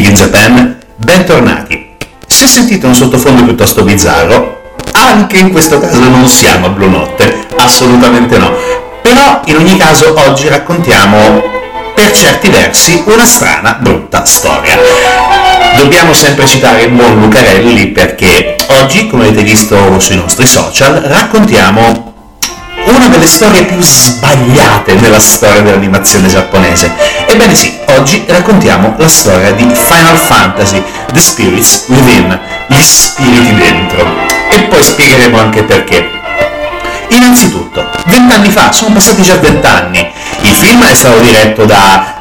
in Japan, bentornati. Se sentite un sottofondo piuttosto bizzarro, anche in questo caso non siamo a Blu Notte, assolutamente no. Però in ogni caso oggi raccontiamo, per certi versi, una strana, brutta storia. Dobbiamo sempre citare il buon Lucarelli perché oggi, come avete visto sui nostri social, raccontiamo una delle storie più sbagliate nella storia dell'animazione giapponese. Ebbene sì, oggi raccontiamo la storia di Final Fantasy, The Spirits Within, gli spiriti dentro. E poi spiegheremo anche perché. Innanzitutto, 20 anni fa, sono passati già 20 anni, il film è stato diretto da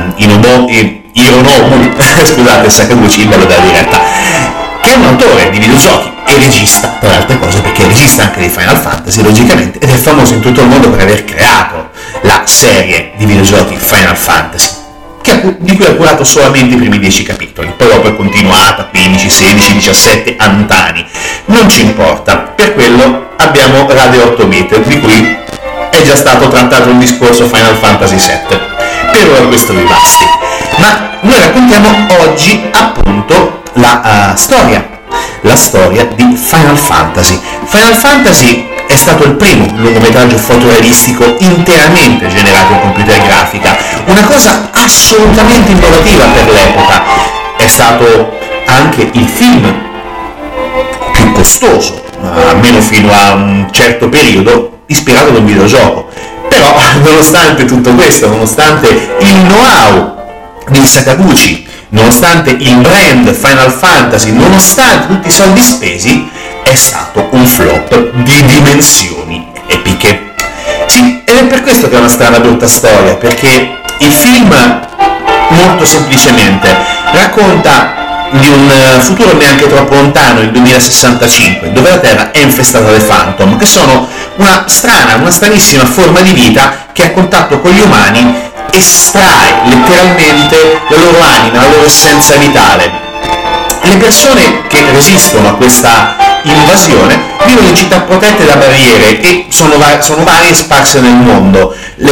Hironobu Sakaguchi, il bello della diretta, che è un autore di videogiochi e regista, tra le altre cose, perché è regista anche di Final Fantasy, logicamente, ed è famoso in tutto il mondo per aver creato la serie di videogiochi Final Fantasy, di cui ha curato solamente i primi 10 capitoli, poi dopo è continuata, 15, 16, 17, antani, non ci importa, per quello abbiamo Radio 8 Bit, di cui è già stato trattato il discorso Final Fantasy VII, per ora questo vi basti, ma noi raccontiamo oggi appunto la storia di Final Fantasy. Final Fantasy è stato il primo lungometraggio fotorealistico interamente generato in computer grafica, una cosa assolutamente innovativa per l'epoca. È stato anche il film più costoso, almeno fino a un certo periodo, ispirato da un videogioco. Però, nonostante tutto questo, nonostante il know-how di Sakaguchi, nonostante il brand Final Fantasy, nonostante tutti i soldi spesi, è stato un flop di dimensioni epiche. Sì, ed è per questo che è una strana brutta storia, perché il film, molto semplicemente, racconta di un futuro neanche troppo lontano, il 2065, dove la Terra è infestata dai Phantom, che sono una stranissima forma di vita che a contatto con gli umani estrae letteralmente la loro anima, la loro essenza vitale. Le persone che resistono a questa invasione vivono in città protette da barriere che sono varie e sparse nel mondo.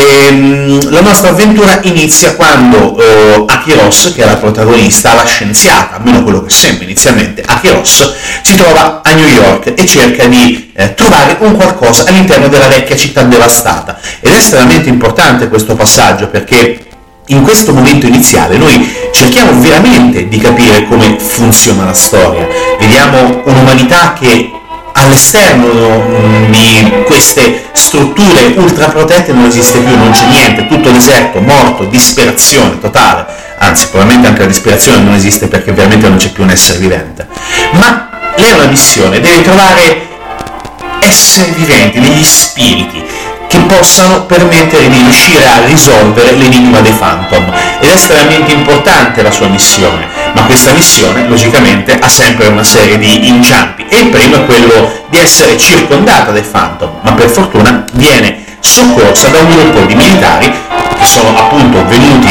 La nostra avventura inizia quando Aki Ross, che è la protagonista, la scienziata, almeno quello che sembra inizialmente, Aki Ross, si trova a New York e cerca di trovare un qualcosa all'interno della vecchia città devastata. Ed è estremamente importante questo passaggio, perché in questo momento iniziale noi cerchiamo veramente di capire come funziona la storia. Vediamo un'umanità che all'esterno di queste strutture ultra protette non esiste più, non c'è niente, tutto deserto, morto, disperazione totale. Anzi, probabilmente anche la disperazione non esiste, perché veramente non c'è più un essere vivente. Ma lei ha una missione, deve trovare esseri viventi, degli spiriti, che possano permettere di riuscire a risolvere l'enigma dei Phantom. Ed è estremamente importante la sua missione, ma questa missione logicamente ha sempre una serie di inciampi, e il primo è quello di essere circondata dai Phantom, ma per fortuna viene soccorsa da un gruppo di militari che sono appunto venuti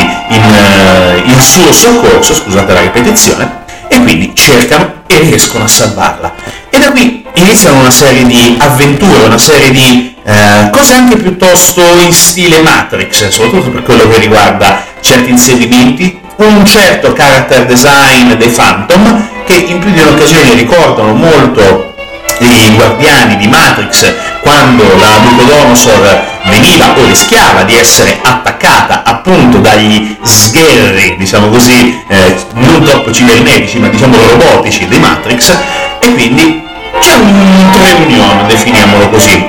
in suo soccorso, scusate la ripetizione, e quindi cercano e riescono a salvarla. E da qui iniziano una serie di avventure, una serie di cose anche piuttosto in stile Matrix, soprattutto per quello che riguarda certi inserimenti, un certo character design dei Phantom, che in più di un'occasione ricordano molto i guardiani di Matrix, quando la Nabucodonosor veniva o rischiava di essere attaccata appunto dagli sgherri, diciamo così, non troppo cibernetici, ma diciamo robotici dei Matrix, e quindi c'è un reunion, definiamolo così.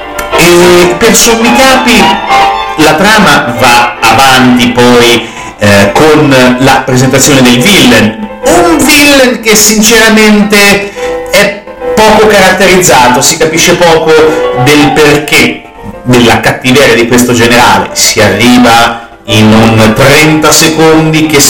E per sommi capi la trama va avanti poi con la presentazione del villain, un villain che sinceramente è poco caratterizzato, si capisce poco del perché della cattiveria di questo generale, si arriva in un 30 secondi che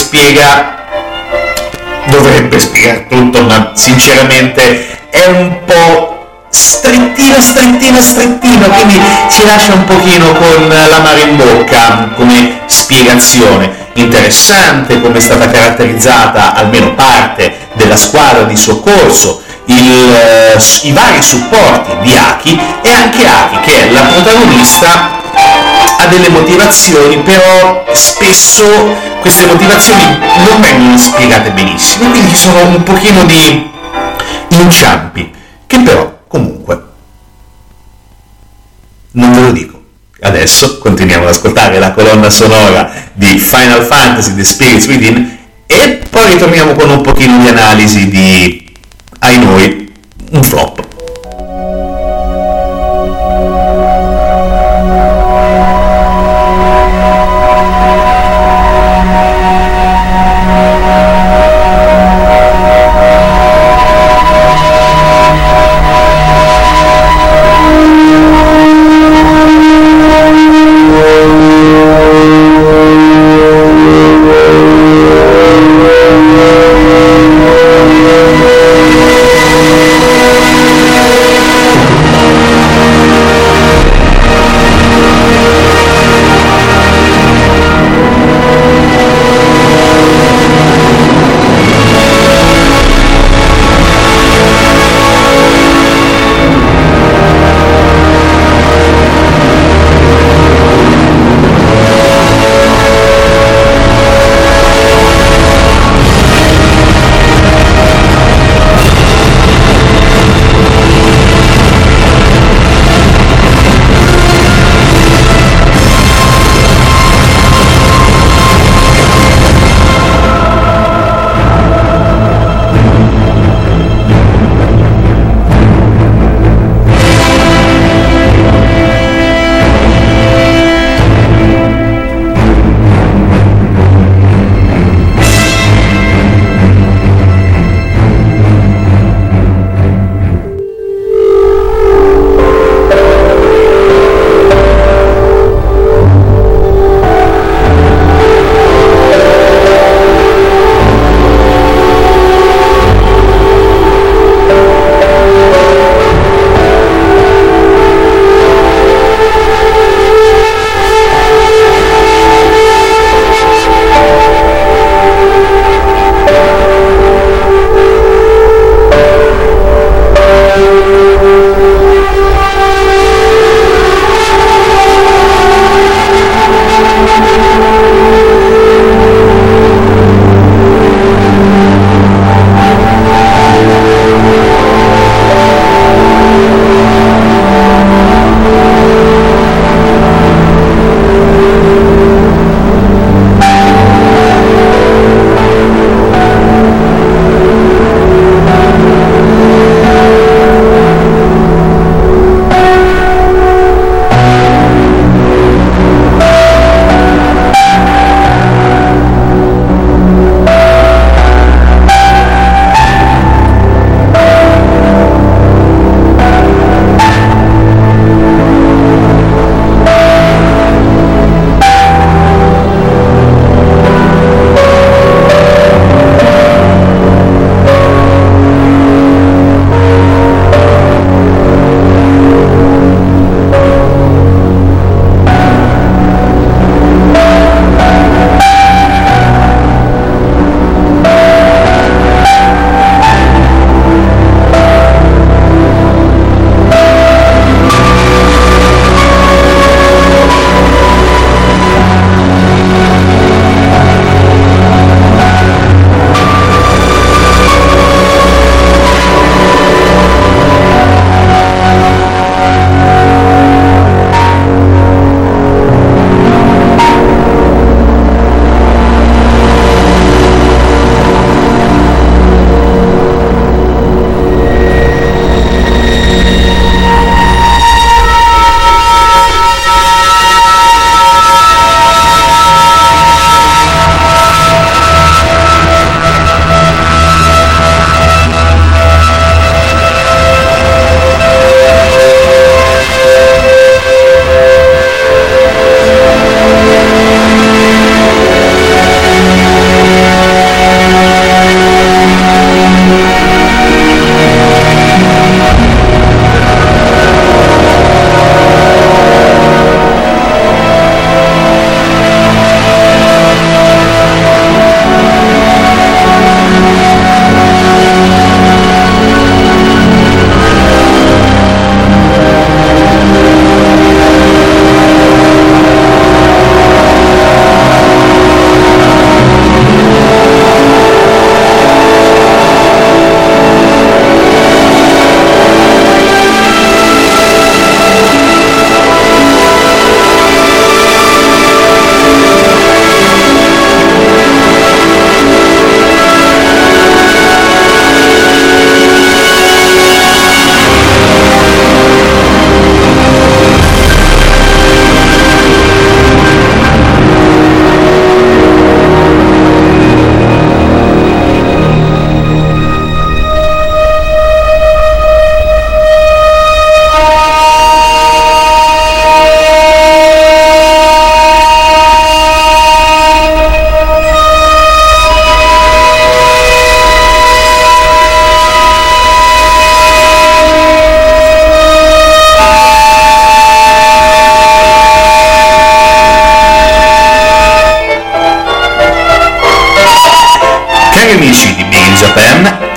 dovrebbe spiegare tutto, ma sinceramente è un po' strettino, quindi ci lascia un pochino con l'amaro in bocca come spiegazione. Interessante come è stata caratterizzata almeno parte della squadra di soccorso, i vari supporti di Aki, e anche Aki, che è la protagonista, ha delle motivazioni, però spesso queste motivazioni non vengono spiegate benissimo, quindi ci sono un pochino di inciampi, che però comunque non ve lo dico. Adesso continuiamo ad ascoltare la colonna sonora di Final Fantasy The Spirits Within e poi ritorniamo con un pochino di analisi di, ai noi, un flop.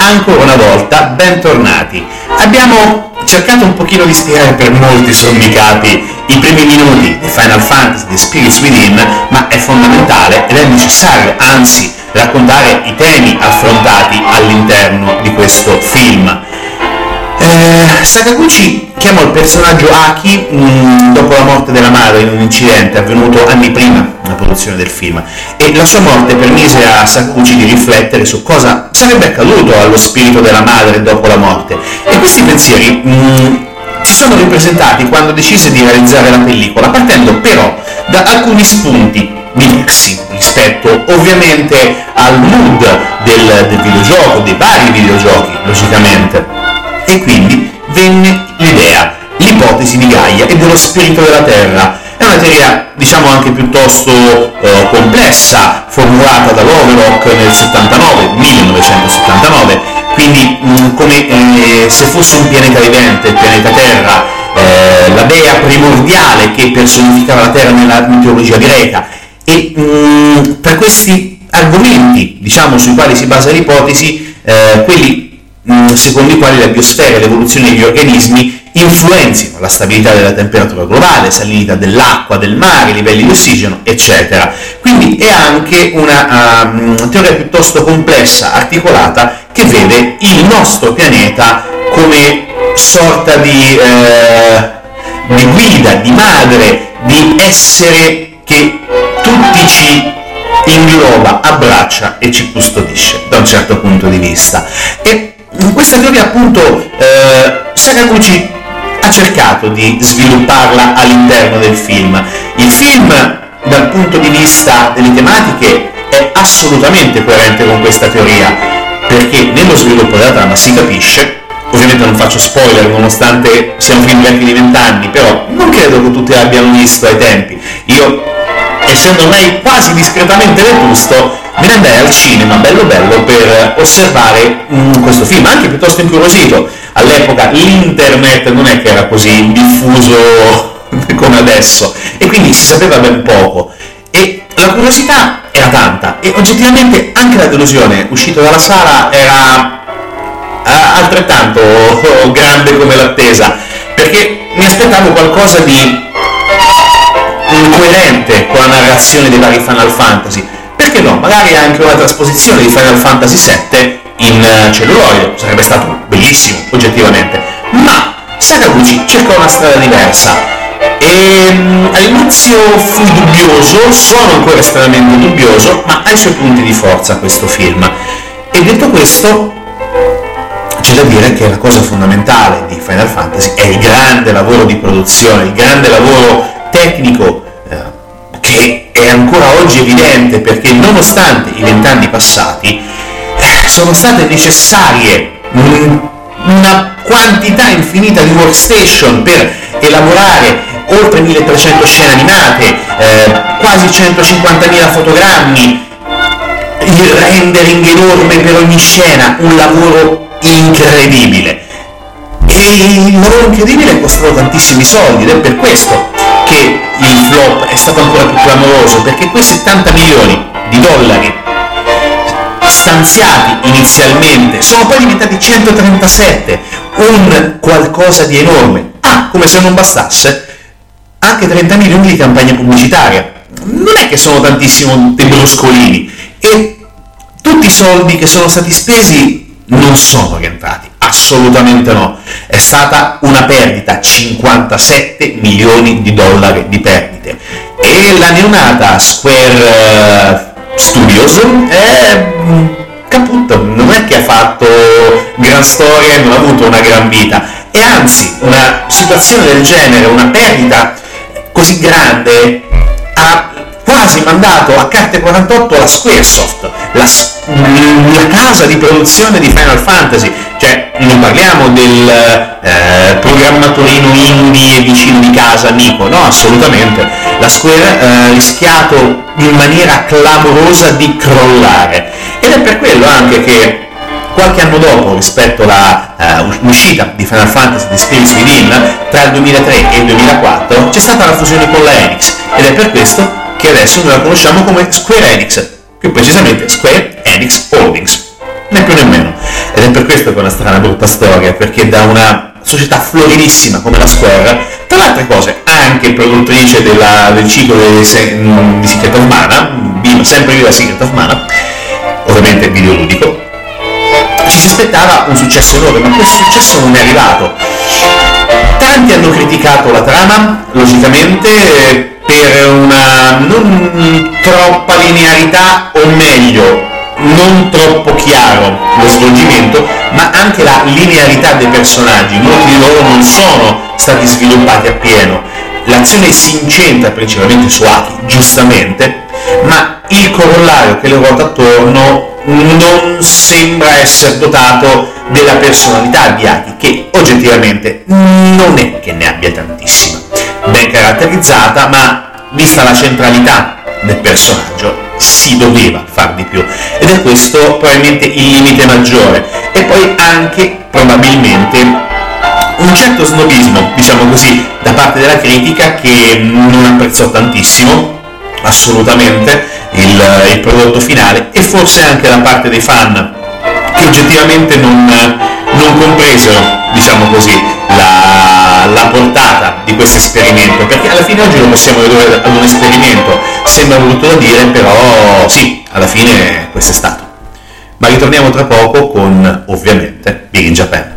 ancora una volta bentornati. Abbiamo cercato un pochino di spiegare per molti sommi capi i primi minuti di Final Fantasy The Spirits Within, ma è fondamentale ed è necessario, anzi, raccontare i temi affrontati all'interno di questo film. Sakaguchi chiamò il personaggio Aki dopo la morte della madre in un incidente avvenuto anni prima della produzione del film, e la sua morte permise a Sakaguchi di riflettere su cosa sarebbe accaduto allo spirito della madre dopo la morte, e questi pensieri si sono ripresentati quando decise di realizzare la pellicola, partendo però da alcuni spunti diversi rispetto ovviamente al mood del videogioco, dei vari videogiochi logicamente. E quindi venne l'idea, l'ipotesi di Gaia e dello spirito della Terra. È una teoria, diciamo, anche piuttosto complessa, formulata da Lovelock nel 1979, quindi come se fosse un pianeta vivente, il pianeta Terra, la dea primordiale che personificava la Terra nella mitologia greca. E per questi argomenti, diciamo, sui quali si basa l'ipotesi, quelli secondo i quali la biosfera e l'evoluzione degli organismi influenzino la stabilità della temperatura globale, salinità dell'acqua, del mare, livelli di ossigeno, eccetera. Quindi è anche una teoria piuttosto complessa, articolata, che vede il nostro pianeta come sorta di guida, di madre, di essere che tutti ci ingloba, abbraccia e ci custodisce da un certo punto di vista. E in questa teoria appunto Sakaguchi ha cercato di svilupparla all'interno del film. Il film dal punto di vista delle tematiche è assolutamente coerente con questa teoria, perché nello sviluppo della trama si capisce, ovviamente non faccio spoiler nonostante sia un film vecchio di 20 anni, però non credo che tutti l'abbiano visto ai tempi. Io, essendo ormai quasi discretamente vetusto, me ne andai al cinema bello per osservare questo film, anche piuttosto incuriosito. All'epoca l'internet non è che era così diffuso come adesso, e quindi si sapeva ben poco, e la curiosità era tanta, e oggettivamente anche la delusione uscito dalla sala era altrettanto grande come l'attesa, perché mi aspettavo qualcosa di incoerente con la narrazione dei vari Final Fantasy. Perché no? Magari anche una trasposizione di Final Fantasy VII in celluloide sarebbe stato bellissimo, oggettivamente. Ma Sakaguchi cercò una strada diversa, e all'inizio fui dubbioso, sono ancora estremamente dubbioso, ma ha i suoi punti di forza questo film. E detto questo, c'è da dire che la cosa fondamentale di Final Fantasy è il grande lavoro di produzione, il grande lavoro tecnico, che è ancora oggi evidente, perché nonostante i 20 anni passati sono state necessarie una quantità infinita di workstation per elaborare oltre 1300 scene animate, quasi 150.000 fotogrammi, il rendering enorme per ogni scena, un lavoro incredibile. E il lavoro incredibile è costato tantissimi soldi, ed è per questo che il flop è stato ancora più clamoroso, perché quei 70 milioni di dollari stanziati inizialmente sono poi diventati 137, un qualcosa di enorme. Come se non bastasse, anche 30 milioni di campagna pubblicitaria. Non è che sono tantissimo dei bruscolini, e tutti i soldi che sono stati spesi non sono rientrati, assolutamente no. È stata una perdita, 57 milioni di dollari di perdite, e la neonata Square Studios è caput, non è che ha fatto gran storia e non ha avuto una gran vita, e anzi una situazione del genere, una perdita così grande, ha quasi mandato a carte 48 la Squaresoft, la casa di produzione di Final Fantasy. Cioè, non parliamo del programmatorino indie e vicino di casa amico, no, assolutamente. La Square ha rischiato in maniera clamorosa di crollare, ed è per quello anche che qualche anno dopo, rispetto alla uscita di Final Fantasy The Spirits Within, tra il 2003 e il 2004 c'è stata la fusione con la Enix, ed è per questo che adesso noi la conosciamo come Square Enix, più precisamente Square Enix Holdings, né più né meno. ed è per questo che è una strana brutta storia, perché da una società floridissima come la Square, tra le altre cose anche produttrice del ciclo di Secret of Mana, sempre viva Secret of Mana, ovviamente videoludico, ci si aspettava un successo enorme, ma questo successo non è arrivato. Tanti hanno criticato la trama, logicamente, per una non troppa linearità, o meglio, non troppo chiaro lo svolgimento, ma anche la linearità dei personaggi. Molti di loro non sono stati sviluppati appieno. L'azione si incentra principalmente su Aki, giustamente, ma il corollario che le ruota attorno non sembra essere dotato della personalità di Aki, che oggettivamente non è che ne abbia tantissima. Ben caratterizzata, ma vista la centralità del personaggio si doveva far di più, ed è questo probabilmente il limite maggiore. E poi anche probabilmente un certo snobismo, diciamo così, da parte della critica, che non apprezzò tantissimo assolutamente il prodotto finale, e forse anche da parte dei fan che oggettivamente non compresero, diciamo così, la portata di questo esperimento, perché alla fine oggi lo possiamo vedere ad un esperimento. Sembra brutto da dire, però sì, alla fine questo è stato. Ma ritorniamo tra poco con, ovviamente, Big in Japan.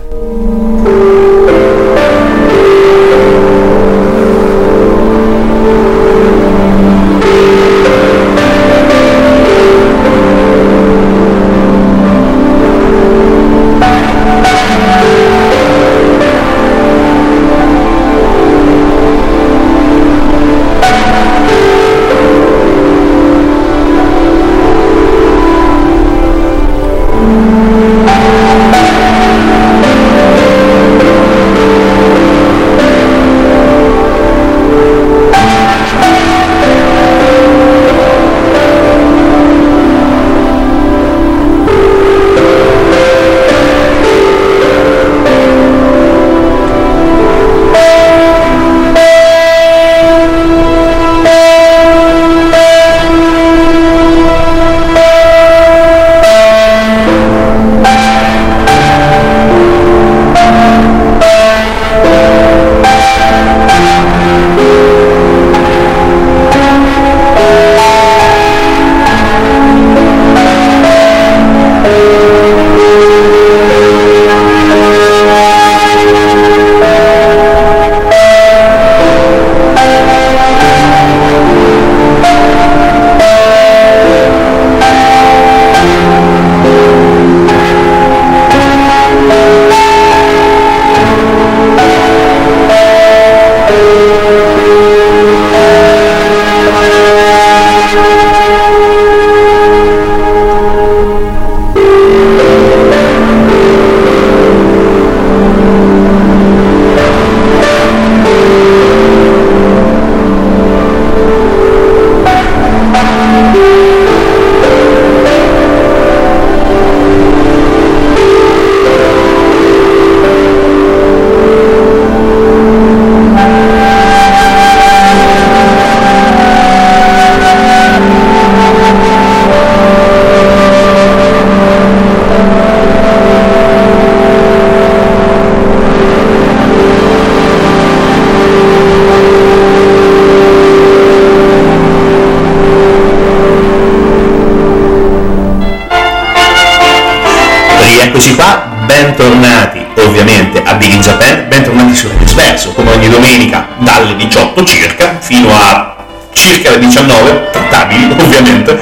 Eccoci qua, bentornati ovviamente a Big in Japan, bentornati su Radio Sverso, come ogni domenica dalle 18 circa fino a circa le 19, trattabili ovviamente.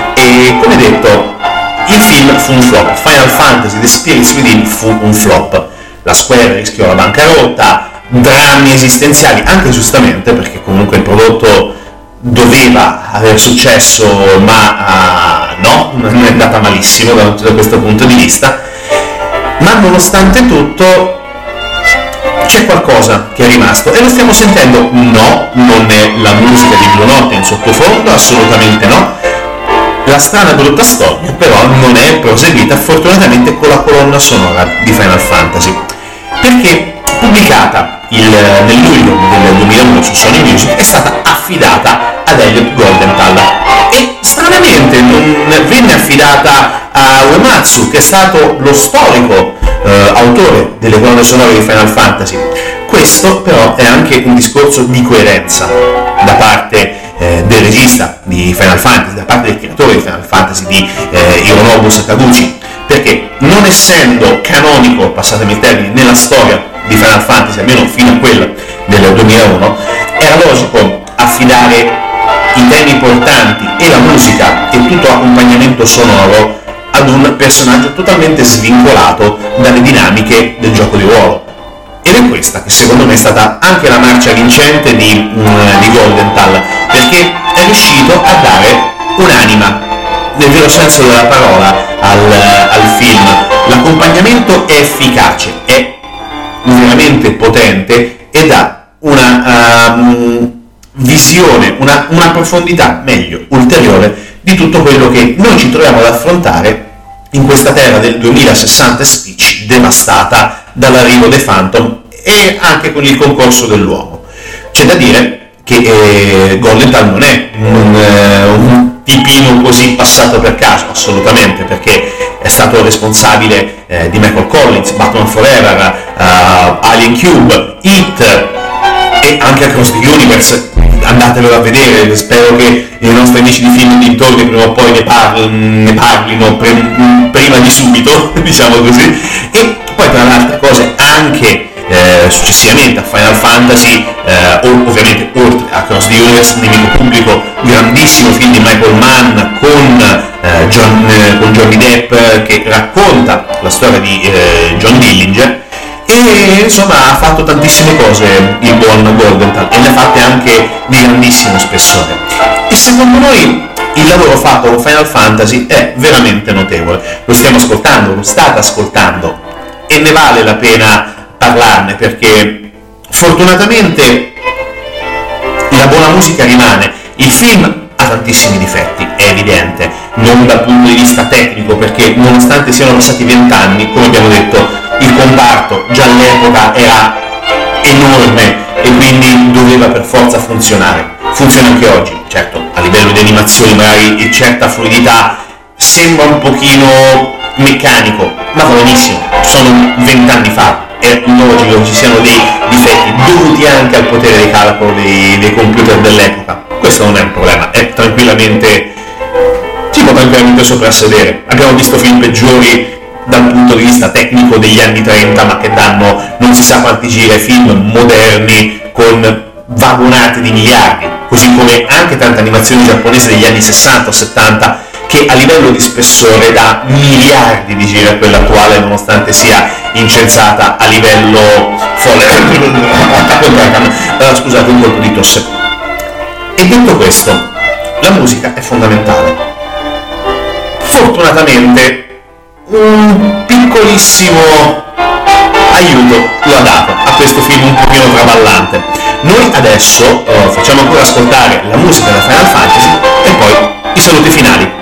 E come detto, il film fu un flop, Final Fantasy The Spirits Within fu un flop, la Square rischiò la bancarotta, drammi esistenziali, anche giustamente, perché comunque il prodotto doveva aver successo, ma no, non è andata malissimo da questo punto di vista. Ma nonostante tutto c'è qualcosa che è rimasto e lo stiamo sentendo. No, non è la musica di Blue Note in sottofondo, assolutamente no. La strana brutta storia però non è proseguita fortunatamente con la colonna sonora di Final Fantasy, perché pubblicata nel luglio del 2001 su Sony Music è stata affidata ad Elliot Goldenthal, e stranamente non venne affidata a Uematsu, che è stato lo storico autore delle colonne sonore di Final Fantasy. Questo però è anche un discorso di coerenza da parte del regista di Final Fantasy, da parte del creatore di Final Fantasy, di Hironobu Sakaguchi, perché non essendo canonico, passatemi il termine, nella storia di Final Fantasy, almeno fino a quella del 2001, era logico affidare i temi portanti e la musica e tutto l'accompagnamento sonoro ad un personaggio totalmente svincolato dalle dinamiche del gioco di ruolo. Ed è questa che secondo me è stata anche la marcia vincente di Goldenthal, perché è riuscito a dare un'anima, nel vero senso della parola, al film. L'accompagnamento è efficace, è veramente potente e dà una visione, una profondità, meglio, ulteriore di tutto quello che noi ci troviamo ad affrontare in questa terra del 2060 Speech devastata dall'arrivo dei Phantom e anche con il concorso dell'uomo. C'è da dire che Goldenthal non è un tipino così passato per caso, assolutamente, perché è stato responsabile di Michael Collins, Batman Forever, Alien Cube, Hit e anche Across the Universe. Andatevelo a vedere, spero che i nostri amici di Film Dintorni prima o poi ne parlino prima di subito, diciamo così. E poi tra le altre cose anche successivamente a Final Fantasy, ovviamente oltre a Across the Universe, Nemico Pubblico, grandissimo film di Michael Mann con Johnny Depp, che racconta la storia di John Dillinger. E insomma ha fatto tantissime cose il buon Goldenthal e le ha fatte anche di grandissimo spessore. E secondo noi il lavoro fatto con Final Fantasy è veramente notevole. Lo stiamo ascoltando, lo state ascoltando e ne vale la pena parlarne, perché fortunatamente la buona musica rimane. Il film ha tantissimi difetti, è evidente, non dal punto di vista tecnico, perché nonostante siano passati 20 anni, come abbiamo detto, il comparto già all'epoca era enorme e quindi doveva per forza funzionare. Funziona anche oggi, certo, a livello di animazioni magari certa fluidità sembra un pochino meccanico, ma va benissimo, sono 20 anni fa, è logico che ci siano dei difetti dovuti anche al potere di calcolo dei computer dell'epoca. Questo non è un problema, è tranquillamente, si può tranquillamente soprassedere. Abbiamo visto film peggiori dal punto di vista tecnico degli anni 30, ma che danno non si sa quanti giri ai film moderni con vagonate di miliardi, così come anche tante animazioni giapponesi degli anni 60 o 70 che a livello di spessore dà miliardi di giri a quella attuale, nonostante sia incensata a livello folle. Scusate, un colpo di tosse. E detto questo, la musica è fondamentale. Fortunatamente un piccolissimo aiuto lo ha dato a questo film un pochino traballante. Noi adesso facciamo ancora ascoltare la musica da Final Fantasy e poi i saluti finali.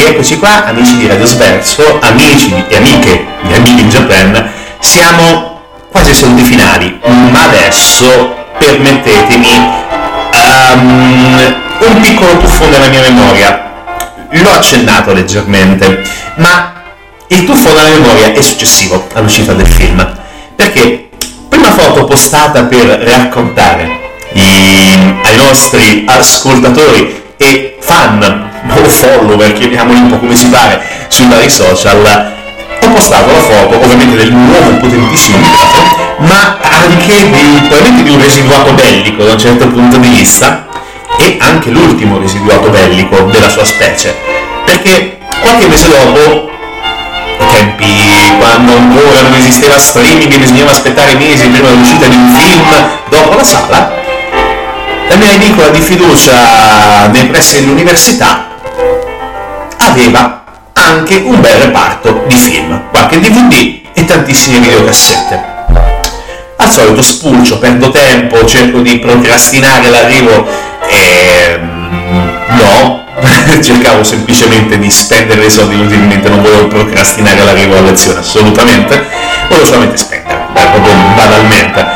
eccoci qua, amici di Radio Sverso, amici e amiche di Amici in Japan, siamo quasi ai saluti finali, ma adesso permettetemi un piccolo tuffo nella mia memoria. L'ho accennato leggermente, ma il tuffo nella memoria è successivo all'uscita del film, perché prima foto postata per raccontare ai nostri ascoltatori e fan o follower, chiamiamoli un po' come si pare, sui vari social, ho postato la foto ovviamente del nuovo potentissimo microfono, ma anche probabilmente di un residuato bellico da un certo punto di vista, e anche l'ultimo residuato bellico della sua specie, perché qualche mese dopo, ai tempi quando ancora non esisteva streaming e bisognava aspettare mesi prima dell'uscita di un film dopo la sala, la mia edicola di fiducia nei pressi dell'università aveva anche un bel reparto di film, qualche DVD e tantissime videocassette. Al solito spulcio, perdo tempo, cerco di procrastinare l'arrivo e no, cercavo semplicemente di spendere dei soldi inutilmente, non volevo procrastinare l'arrivo alla lezione, assolutamente, volevo solamente spendere, proprio banalmente.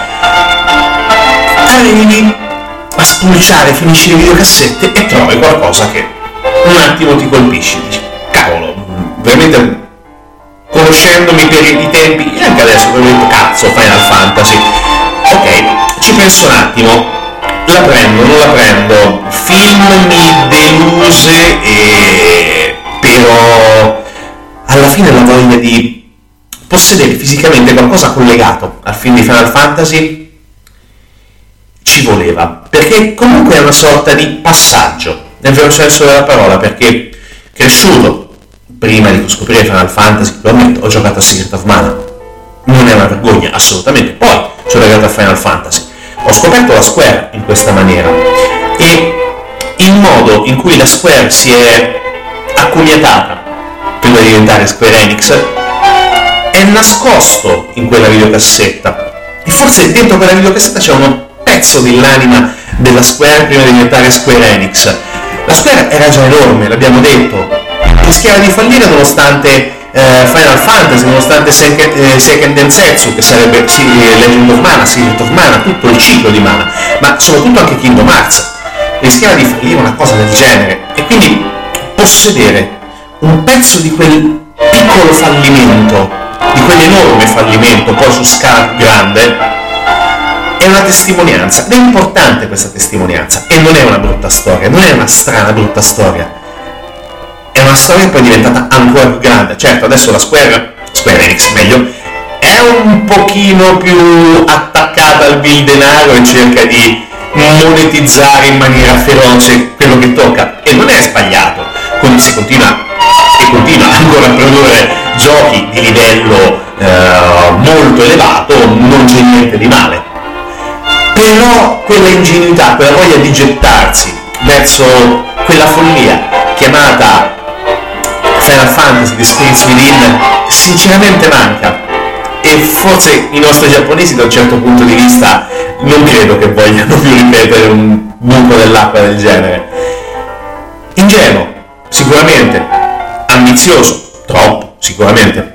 Arrivi a spulciare, finisci le videocassette e trovi qualcosa che un attimo ti colpisce, dici, cavolo, veramente conoscendomi per i tempi, e anche adesso per il cazzo Final Fantasy, ok, ci penso un attimo, la prendo, non la prendo, film mi deluse, però alla fine la voglia di possedere fisicamente qualcosa collegato al film di Final Fantasy ci voleva, perché comunque è una sorta di passaggio, nel vero senso della parola, perché cresciuto, prima di scoprire Final Fantasy, lo ammetto, ho giocato a Secret of Mana, non è una vergogna, assolutamente, poi sono arrivato a Final Fantasy, ho scoperto la Square in questa maniera, e il modo in cui la Square si è accomiatata prima di diventare Square Enix è nascosto in quella videocassetta, e forse dentro quella videocassetta c'è uno pezzo dell'anima della Square prima di diventare Square Enix. La Square era già enorme, l'abbiamo detto, rischiava di fallire nonostante Final Fantasy, nonostante Seiken Densetsu, che sarebbe Legend of Mana, Secret of Mana, tutto il ciclo di Mana, ma soprattutto anche Kingdom Hearts, rischiava di fallire una cosa del genere, e quindi possedere un pezzo di quel piccolo fallimento, di quell'enorme fallimento, poi su scala grande, è una testimonianza, ed è importante questa testimonianza, e non è una brutta storia, non è una strana brutta storia, è una storia che poi è diventata ancora più grande. Certo, adesso la Square Enix meglio, è un pochino più attaccata al vil denaro e cerca di monetizzare in maniera feroce quello che tocca, e non è sbagliato, si continua ancora a produrre giochi di livello molto elevato, non c'è niente di male. Però quella ingenuità, quella voglia di gettarsi verso quella follia chiamata Final Fantasy The Spirits Within sinceramente manca, e forse i nostri giapponesi da un certo punto di vista non credo che vogliano più ripetere un buco dell'acqua del genere. Ingenuo, sicuramente, ambizioso, troppo, sicuramente,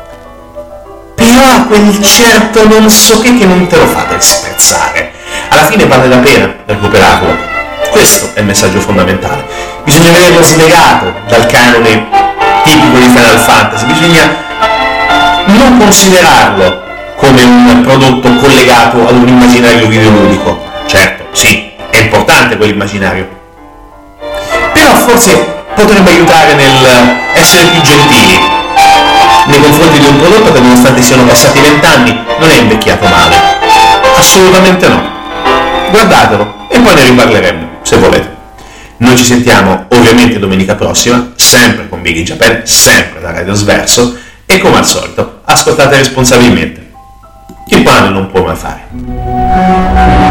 però ha quel certo non so che non te lo fa del spezzare. Alla fine vale la pena recuperarlo, questo è il messaggio fondamentale. Bisogna vederlo slegato dal canone tipico di Final Fantasy, bisogna non considerarlo come un prodotto collegato ad un immaginario videoludico. Certo, sì, è importante quell'immaginario, però forse potrebbe aiutare nel essere più gentili nei confronti di un prodotto che, nonostante siano passati 20 anni, non è invecchiato male, assolutamente no. Guardatelo e poi ne riparleremo, se volete. Noi ci sentiamo ovviamente domenica prossima, sempre con Big in Japan, sempre da Radio Sverso, e come al solito ascoltate responsabilmente, il quale non può mai fare.